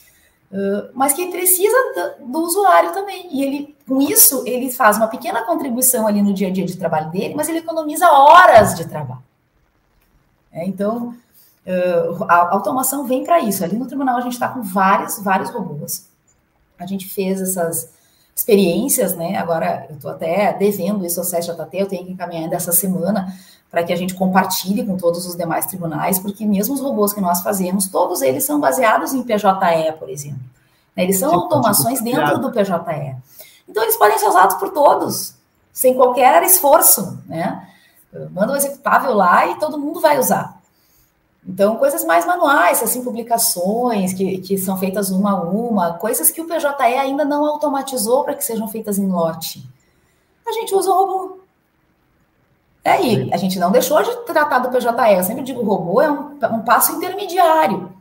Uh, mas que precisa do, do usuário também. E ele, com isso, ele faz uma pequena contribuição ali no dia a dia de trabalho dele, mas ele economiza horas de trabalho. É, então, uh, a automação vem para isso. Ali no tribunal a gente está com vários, vários robôs. A gente fez essas experiências, né? Agora eu estou até devendo isso ao C S J T, eu tenho que encaminhar ainda essa semana para que a gente compartilhe com todos os demais tribunais, porque mesmo os robôs que nós fazemos, todos eles são baseados em P J E, por exemplo. Eles são tipo, automações tipo, dentro do P J E. Então eles podem ser usados por todos, sem qualquer esforço, né? Manda um executável lá e todo mundo vai usar. Então, coisas mais manuais, assim, publicações que, que são feitas uma a uma, coisas que o P J E ainda não automatizou para que sejam feitas em lote. A gente usa o robô. É, e a gente não deixou de tratar do P J E. Eu sempre digo, o robô é um, um passo intermediário.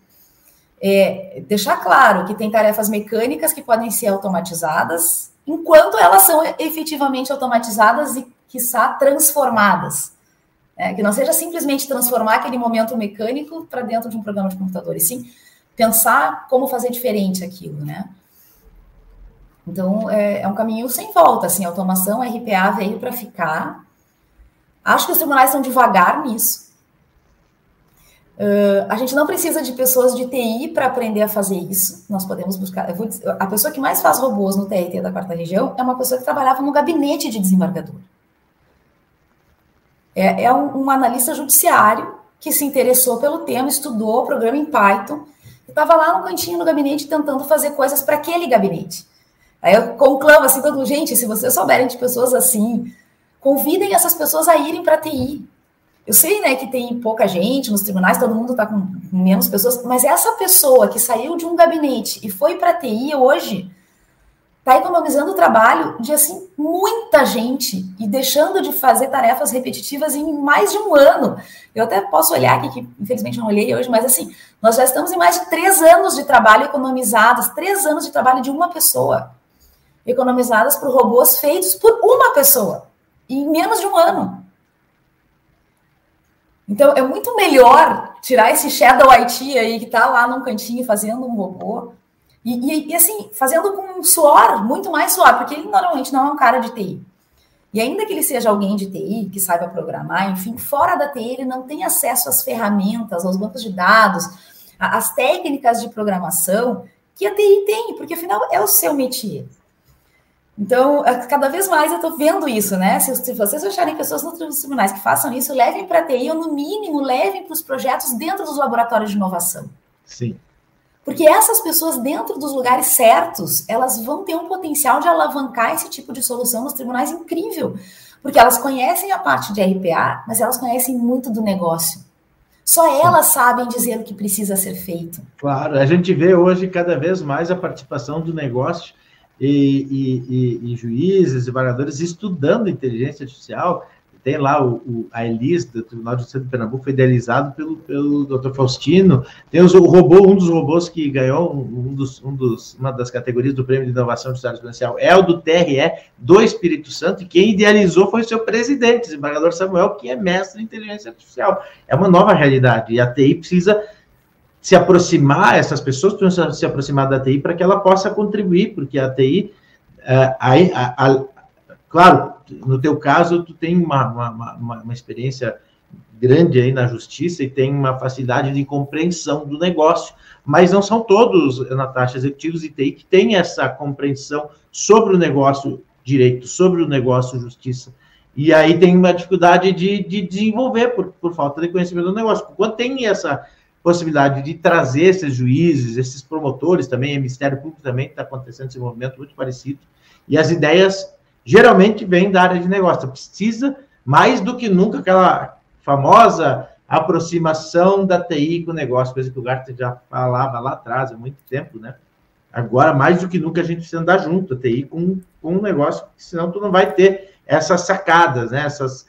É, deixar claro que tem tarefas mecânicas que podem ser automatizadas, enquanto elas são efetivamente automatizadas e, quiçá, transformadas. né? Que não seja simplesmente transformar aquele momento mecânico para dentro de um programa de computador, e sim pensar como fazer diferente aquilo, né? Então, é, é um caminho sem volta, assim, a automação, a R P A veio para ficar. Acho que os tribunais estão devagar nisso. Uh, a gente não precisa de pessoas de T I para aprender a fazer isso. Nós podemos buscar... Eu vou dizer, a pessoa que mais faz robôs no T R T da quarta região é uma pessoa que trabalhava no gabinete de desembargador. É, é um, um analista judiciário que se interessou pelo tema, estudou o programa em Python, e estava lá no cantinho no gabinete tentando fazer coisas para aquele gabinete. Aí eu conclamo assim, todo gente, se vocês souberem de pessoas assim, convidem essas pessoas a irem para a T I. Eu sei, né, que tem pouca gente nos tribunais, todo mundo está com menos pessoas, mas essa pessoa que saiu de um gabinete e foi para a T I hoje está economizando o trabalho de, assim, muita gente e deixando de fazer tarefas repetitivas em mais de um ano. Eu até posso olhar aqui, que infelizmente não olhei hoje, mas assim, nós já estamos em mais de três anos de trabalho economizados, três anos de trabalho de uma pessoa, economizadas por robôs feitos por uma pessoa, em menos de um ano. Então, é muito melhor tirar esse Shadow I T aí, que está lá num cantinho fazendo um robô, e, e, e, assim, fazendo com suor, muito mais suor, porque ele normalmente não é um cara de T I. E ainda que ele seja alguém de T I, que saiba programar, enfim, fora da T I, ele não tem acesso às ferramentas, aos bancos de dados, às técnicas de programação que a T I tem, porque afinal é o seu métier. Então, cada vez mais eu estou vendo isso, né? Se, se vocês acharem pessoas nos tribunais que façam isso, levem para a T I, ou no mínimo, levem para os projetos dentro dos laboratórios de inovação. Sim. Porque essas pessoas, dentro dos lugares certos, elas vão ter um potencial de alavancar esse tipo de solução nos tribunais incrível. Porque elas conhecem a parte de R P A, mas elas conhecem muito do negócio. Só elas sabem dizer o que precisa ser feito. Claro, a gente vê hoje cada vez mais a participação do negócio e, e, e, e juízes e desembargadores estudando inteligência artificial. Tem lá o, o, a Elis, do Tribunal de Justiça de Pernambuco, foi idealizado pelo, pelo doutor Faustino. Tem os, o robô, um dos robôs que ganhou um dos, um dos, uma das categorias do Prêmio de Inovação Judiciária Exponencial, é o do T R E do Espírito Santo, e quem idealizou foi o seu presidente, o desembargador Samuel, que é mestre em inteligência artificial. É uma nova realidade, e a T I precisa se aproximar, essas pessoas precisam se aproximar da T I para que ela possa contribuir, porque a T I, uh, a, a, a, claro, no teu caso, tu tem uma, uma, uma, uma experiência grande aí na justiça e tem uma facilidade de compreensão do negócio, mas não são todos, Natasha, executivos de T I que têm essa compreensão sobre o negócio direito, sobre o negócio justiça. E aí tem uma dificuldade de, de desenvolver por, por falta de conhecimento do negócio. Quando tem essa possibilidade de trazer esses juízes, esses promotores também, o Ministério Público também está acontecendo esse movimento muito parecido, e as ideias geralmente vem da área de negócio. Precisa, mais do que nunca, aquela famosa aproximação da T I com o negócio, coisa que o Gartner já falava lá atrás, há muito tempo, né? Agora, mais do que nunca, a gente precisa andar junto, a T I com, com o negócio, senão tu não vai ter essas sacadas, né? Essas,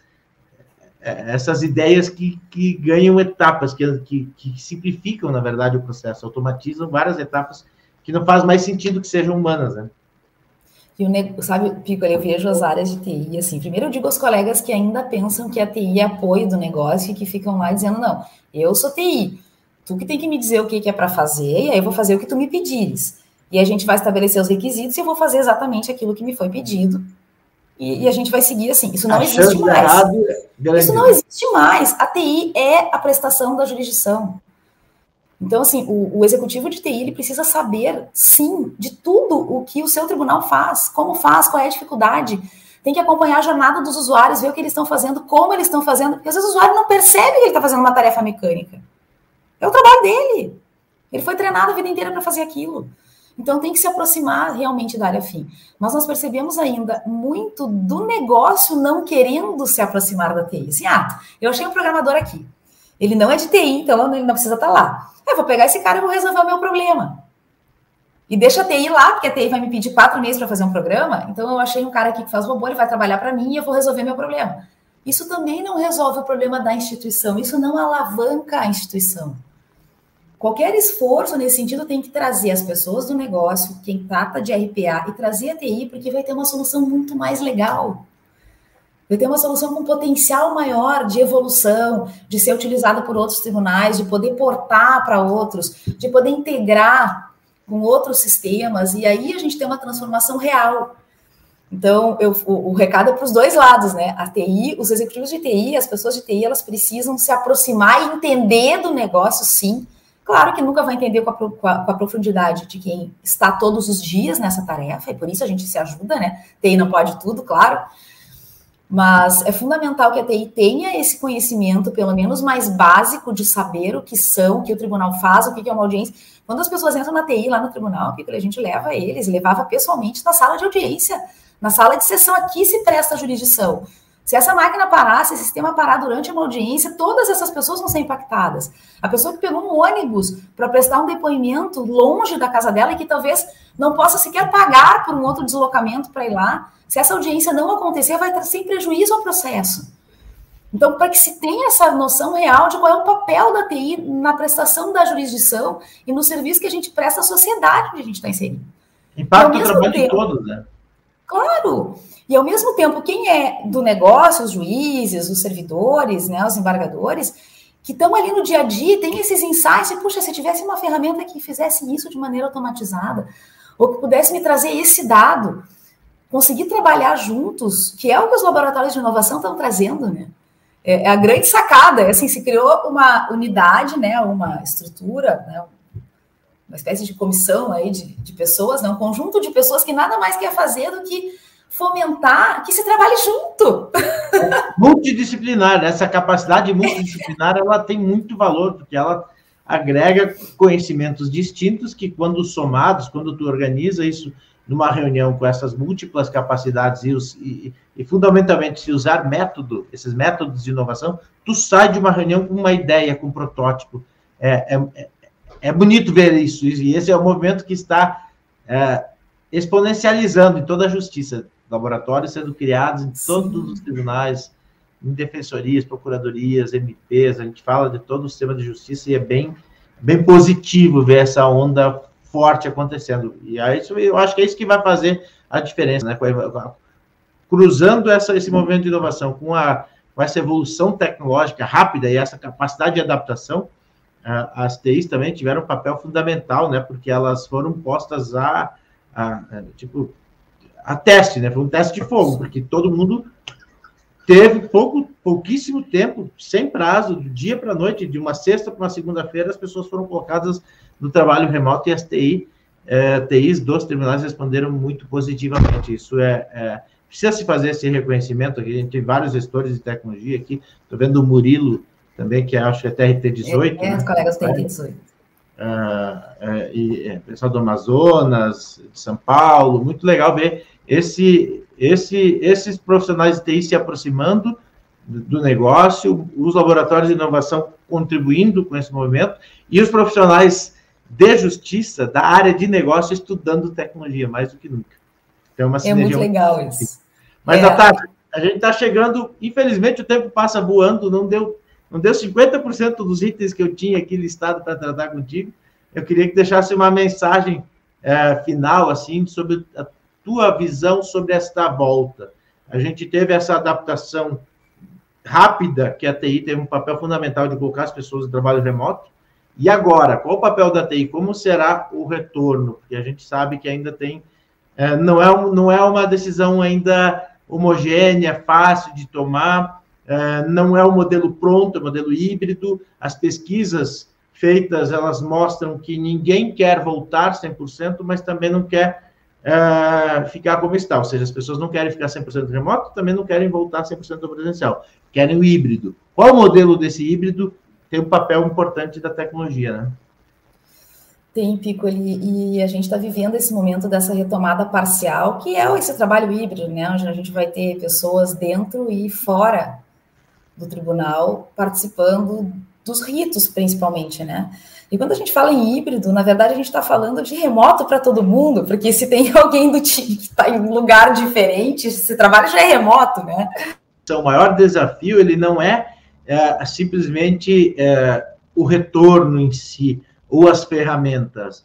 essas ideias que, que ganham etapas, que, que, que simplificam, na verdade, o processo, automatizam várias etapas que não faz mais sentido que sejam humanas, né? E o, sabe, Pico, eu vejo as áreas de T I, assim, primeiro eu digo aos colegas que ainda pensam que a T I é apoio do negócio e que ficam lá dizendo, não, eu sou T I, tu que tem que me dizer o que, que é para fazer, e aí eu vou fazer o que tu me pedires. E a gente vai estabelecer os requisitos e eu vou fazer exatamente aquilo que me foi pedido. E, e a gente vai seguir assim, isso não existe mais. Isso não existe mais. A T I é a prestação da jurisdição. Então, assim, o, o executivo de T I, ele precisa saber, sim, de tudo o que o seu tribunal faz, como faz, qual é a dificuldade. Tem que acompanhar a jornada dos usuários, ver o que eles estão fazendo, como eles estão fazendo, porque às vezes o usuário não percebe que ele está fazendo uma tarefa mecânica. É o trabalho dele. Ele foi treinado a vida inteira para fazer aquilo. Então, tem que se aproximar realmente da área fim. Mas nós percebemos ainda muito do negócio não querendo se aproximar da T I. Assim, ah, eu achei um programador aqui. Ele não é de T I, então ele não precisa estar lá. Eu vou pegar esse cara e vou resolver o meu problema. E deixa a T I lá, porque a T I vai me pedir quatro meses para fazer um programa. Então, eu achei um cara aqui que faz robô, ele vai trabalhar para mim e eu vou resolver meu problema. Isso também não resolve o problema da instituição. Isso não alavanca a instituição. Qualquer esforço nesse sentido tem que trazer as pessoas do negócio, quem trata de R P A, e trazer a T I, porque vai ter uma solução muito mais legal. vai ter uma solução com potencial maior de evolução, de ser utilizada por outros tribunais, de poder portar para outros, de poder integrar com outros sistemas, e aí a gente tem uma transformação real. Então, eu, o, o recado é para os dois lados, né? A T I, os executivos de T I, as pessoas de T I, elas precisam se aproximar e entender do negócio, sim. Claro que nunca vai entender com a, com a, com a profundidade de quem está todos os dias nessa tarefa, e por isso a gente se ajuda, né? T I não pode tudo, claro. Mas é fundamental que a T I tenha esse conhecimento, pelo menos mais básico, de saber o que são, o que o tribunal faz, o que é uma audiência. Quando as pessoas entram na T I lá no tribunal, a gente leva eles, levava pessoalmente na sala de audiência, na sala de sessão, aqui se presta a jurisdição. Se essa máquina parar, se esse sistema parar durante uma audiência, todas essas pessoas vão ser impactadas. A pessoa que pegou um ônibus para prestar um depoimento longe da casa dela e que talvez não possa sequer pagar por um outro deslocamento para ir lá, se essa audiência não acontecer, vai estar sem prejuízo ao processo. Então, para que se tenha essa noção real de qual é o papel da T I na prestação da jurisdição e no serviço que a gente presta à sociedade onde a gente está inserido. Impacta o trabalho de todos, né? Claro! E, ao mesmo tempo, quem é do negócio, os juízes, os servidores, né, os embargadores, que estão ali no dia a dia, tem esses insights, e, puxa, se tivesse uma ferramenta que fizesse isso de maneira automatizada, ou que pudesse me trazer esse dado, conseguir trabalhar juntos, que é o que os laboratórios de inovação estão trazendo, né? É a grande sacada, é assim, se criou uma unidade, né, uma estrutura, né, uma espécie de comissão aí de, de pessoas, né, um conjunto de pessoas que nada mais quer fazer do que fomentar que se trabalhe junto. Multidisciplinar, essa capacidade multidisciplinar, ela tem muito valor, porque ela agrega conhecimentos distintos que, quando somados, quando tu organiza isso numa reunião com essas múltiplas capacidades e, os, e, e, fundamentalmente, se usar método, esses métodos de inovação, tu sai de uma reunião com uma ideia, com um protótipo. É, é, é bonito ver isso, e esse é o movimento que está é, exponencializando em toda a justiça. Laboratórios sendo criados em todos Sim. os tribunais, em defensorias, procuradorias, M Ps, a gente fala de todo o sistema de justiça e é bem, bem positivo ver essa onda forte acontecendo. E aí, eu acho que é isso que vai fazer a diferença, né? Cruzando essa, esse movimento de inovação com, a, com essa evolução tecnológica rápida e essa capacidade de adaptação, as T Is também tiveram um papel fundamental, né? Porque elas foram postas a, a, a tipo, a teste, né? Foi um teste de fogo, porque todo mundo teve pouco, pouquíssimo tempo, sem prazo, do dia para a noite, de uma sexta para uma segunda-feira, as pessoas foram colocadas no trabalho remoto e as T I, eh, T Is dos tribunais responderam muito positivamente. Isso é, é precisa se fazer esse reconhecimento aqui. A gente tem vários gestores de tecnologia aqui. Estou vendo o Murilo também, que acho que é T R T dezoito. É, né? Os colegas do T R T dezoito. Uh, uh, e uh, pessoal do Amazonas, de São Paulo, muito legal ver esse, esse, esses profissionais de T I se aproximando do, do negócio, os laboratórios de inovação contribuindo com esse movimento e os profissionais de justiça da área de negócio estudando tecnologia, mais do que nunca. Então, é uma sinergia. É muito legal isso. Mas, é... Natália, a gente está chegando, infelizmente o tempo passa voando, não deu Não deu cinquenta por cento dos itens que eu tinha aqui listado para tratar contigo. Eu queria que deixasse uma mensagem é, final, assim, sobre a tua visão sobre esta volta. A gente teve essa adaptação rápida, que a T I teve um papel fundamental de colocar as pessoas em trabalho remoto. E agora, qual o papel da T I? Como será o retorno? Porque a gente sabe que ainda tem... É, não, é um, não é uma decisão ainda homogênea, fácil de tomar. Uh, não é um modelo pronto, é um modelo híbrido. As pesquisas feitas, elas mostram que ninguém quer voltar cem por cento, mas também não quer uh, ficar como está. Ou seja, as pessoas não querem ficar cem por cento remoto, também não querem voltar cem por cento ao presencial. Querem o híbrido. Qual o modelo desse híbrido? Tem um papel importante da tecnologia, né? Tem, Piccoli, e a gente está vivendo esse momento dessa retomada parcial, que é esse trabalho híbrido, né? Onde a gente vai ter pessoas dentro e fora do tribunal, participando dos ritos, principalmente, né? E quando a gente fala em híbrido, na verdade, a gente está falando de remoto para todo mundo, porque se tem alguém do time que está em um lugar diferente, esse trabalho já é remoto, né? Então, o maior desafio, ele não é, é simplesmente é, o retorno em si, ou as ferramentas.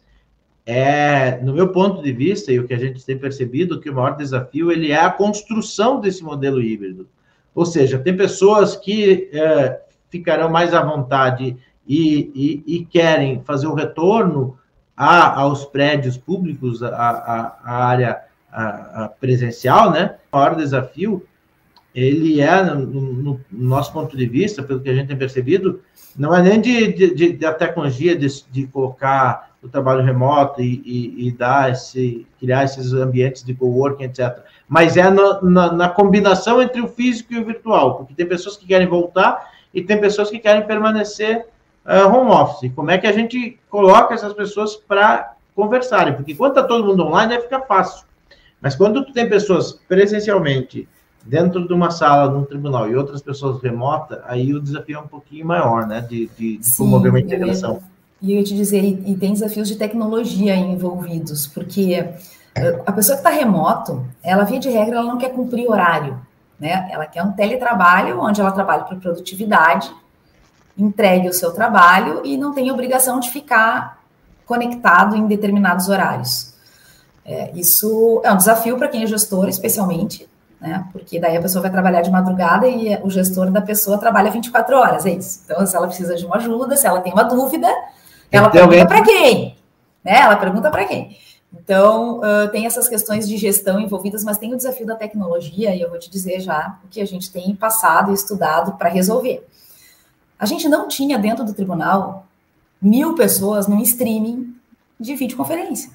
É, no meu ponto de vista, e o que a gente tem percebido, que o maior desafio, ele é a construção desse modelo híbrido. Ou seja, tem pessoas que é, ficarão mais à vontade e, e, e querem fazer o retorno a, aos prédios públicos, a, a, a área a, a presencial, né? O maior desafio, ele é, no, no, no nosso ponto de vista, pelo que a gente tem percebido, não é nem de, de, de, de a tecnologia de, de colocar o trabalho remoto e, e, e dar esse, criar esses ambientes de coworking, etcétera. Mas é no, na, na combinação entre o físico e o virtual, porque tem pessoas que querem voltar e tem pessoas que querem permanecer uh, home office. Como é que a gente coloca essas pessoas para conversarem? Porque quando está todo mundo online, aí fica fácil. Mas quando tu tem pessoas presencialmente dentro de uma sala, de um tribunal, e outras pessoas remota, aí o desafio é um pouquinho maior, né, de, de, de promover uma integração. E eu ia te dizer, e, e tem desafios de tecnologia envolvidos, porque a pessoa que está remoto, ela, via de regra, ela não quer cumprir horário, né? Ela quer um teletrabalho, onde ela trabalha por produtividade, entregue o seu trabalho e não tem obrigação de ficar conectado em determinados horários. É, isso é um desafio para quem é gestor, especialmente, né? Porque daí a pessoa vai trabalhar de madrugada e o gestor da pessoa trabalha vinte e quatro horas, é isso. Então, se ela precisa de uma ajuda, se ela tem uma dúvida, ela pergunta para quem? Né? Ela pergunta para quem? Então, uh, tem essas questões de gestão envolvidas, mas tem o desafio da tecnologia, e eu vou te dizer já o que a gente tem passado e estudado para resolver. A gente não tinha dentro do tribunal mil pessoas num streaming de videoconferência.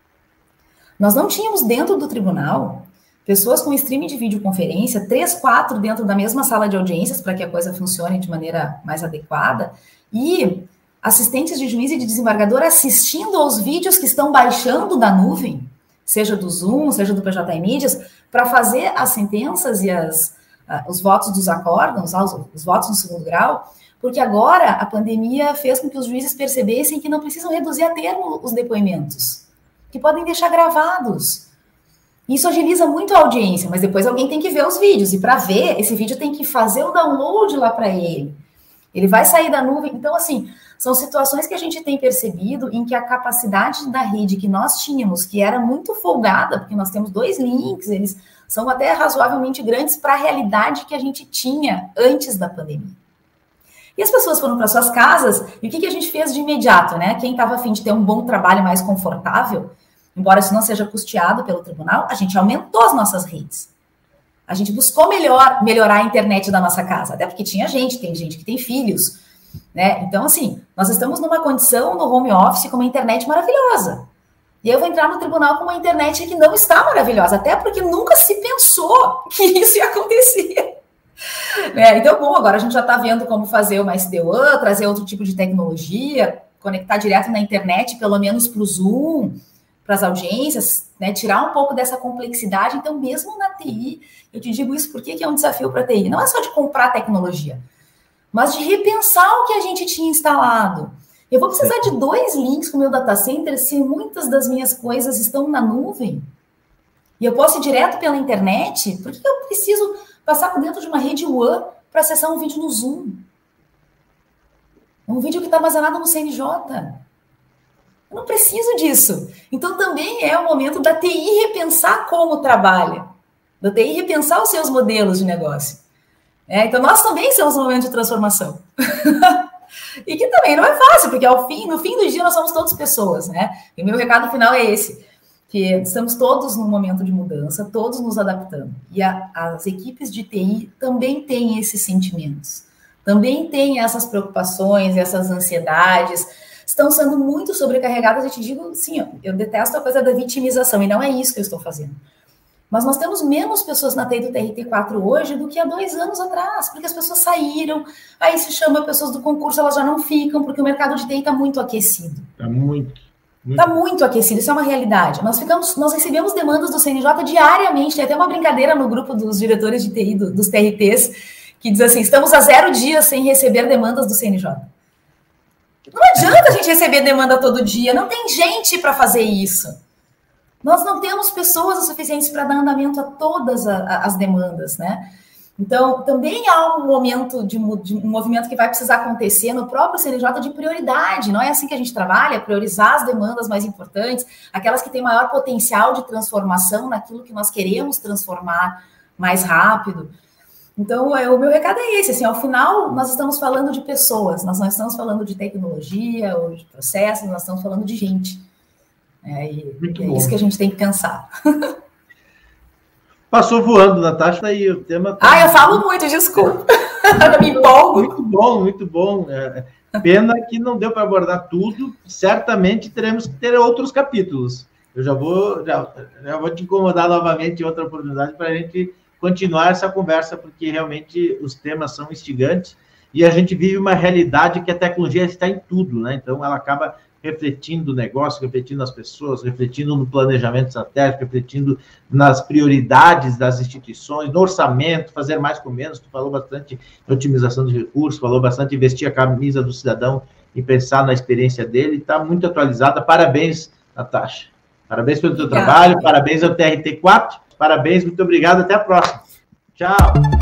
Nós não tínhamos dentro do tribunal pessoas com streaming de videoconferência, três, quatro dentro da mesma sala de audiências, para que a coisa funcione de maneira mais adequada, e assistentes de juiz e de desembargador assistindo aos vídeos que estão baixando da nuvem, seja do Zoom, seja do P J E Mídias, para fazer as sentenças e as, uh, os votos dos acórdãos, os, os votos no segundo grau, porque agora a pandemia fez com que os juízes percebessem que não precisam reduzir a termo os depoimentos, que podem deixar gravados. Isso agiliza muito a audiência, mas depois alguém tem que ver os vídeos, e para ver, esse vídeo tem que fazer o download lá para ele. Ele vai sair da nuvem. Então, assim, são situações que a gente tem percebido em que a capacidade da rede que nós tínhamos, que era muito folgada, porque nós temos dois links, eles são até razoavelmente grandes para a realidade que a gente tinha antes da pandemia. E as pessoas foram para suas casas, e o que, que a gente fez de imediato, né? Quem estava a fim de ter um bom trabalho mais confortável, embora isso não seja custeado pelo tribunal, a gente aumentou as nossas redes. A gente buscou melhor, melhorar a internet da nossa casa, até porque tinha gente, tem gente que tem filhos, né? Então, assim, nós estamos numa condição no home office com uma internet maravilhosa. E eu vou entrar no tribunal com uma internet que não está maravilhosa, até porque nunca se pensou que isso ia acontecer. É, então, bom, agora a gente já está vendo como fazer uma S D WAN, trazer outro tipo de tecnologia, conectar direto na internet, pelo menos para o Zoom, para as audiências, né, tirar um pouco dessa complexidade. Então, mesmo na T I, eu te digo isso porque é um desafio para a T I. Não é só de comprar tecnologia, mas de repensar o que a gente tinha instalado. Eu vou precisar de dois links com o meu data center se muitas das minhas coisas estão na nuvem. E eu posso ir direto pela internet? Por que eu preciso passar por dentro de uma rede WAN para acessar um vídeo no Zoom? Um vídeo que está armazenado no C N J. Eu não preciso disso. Então, também é o momento da T I repensar como trabalha. Da T I repensar os seus modelos de negócio. É, então, nós também estamos no momento de transformação. E que também não é fácil, porque ao fim, no fim do dia nós somos todos pessoas, né? E o meu recado final é esse, que estamos todos num momento de mudança, todos nos adaptando. E a, as equipes de T I também têm esses sentimentos, também têm essas preocupações, essas ansiedades, estão sendo muito sobrecarregadas. Eu te digo, sim, eu detesto a coisa da vitimização, e não é isso que eu estou fazendo. Mas nós temos menos pessoas na T I do T R T quatro hoje do que há dois anos atrás, porque as pessoas saíram, aí se chama pessoas do concurso, elas já não ficam, porque o mercado de T I está muito aquecido. Está muito. Está muito. muito aquecido, isso é uma realidade. Nós, ficamos, nós recebemos demandas do C N J diariamente, tem até uma brincadeira no grupo dos diretores de T I, do, dos T R Ts, que diz assim, estamos há zero dias sem receber demandas do C N J. Não adianta a gente receber demanda todo dia, não tem gente para fazer isso. Nós não temos pessoas o suficientes para dar andamento a todas a, a, as demandas, né? Então, também há um momento de, de um movimento que vai precisar acontecer no próprio C N J de prioridade. Não é assim que a gente trabalha, priorizar as demandas mais importantes, aquelas que têm maior potencial de transformação naquilo que nós queremos transformar mais rápido. Então, é, o meu recado é esse, assim, ao final nós estamos falando de pessoas, nós não estamos falando de tecnologia ou de processos, nós estamos falando de gente. É, e, é isso que a gente tem que pensar. Passou voando, Natasha, aí o tema... Tá... Ah, eu falo muito, desculpa. Eu me empolgo. Muito bom, muito bom. É, pena que não deu para abordar tudo, certamente teremos que ter outros capítulos. Eu já vou, já, já vou te incomodar novamente em outra oportunidade para a gente continuar essa conversa, porque realmente os temas são instigantes e a gente vive uma realidade que a tecnologia está em tudo, né? Então, ela acaba refletindo o negócio, refletindo as pessoas, refletindo no planejamento estratégico, refletindo nas prioridades das instituições, no orçamento, fazer mais com menos. Tu falou bastante em otimização de recursos, falou bastante em vestir a camisa do cidadão e pensar na experiência dele. Está muito atualizada. Parabéns, Natasha. Parabéns pelo teu Obrigada. trabalho, parabéns ao T R T quatro, parabéns, muito obrigado, até a próxima. Tchau.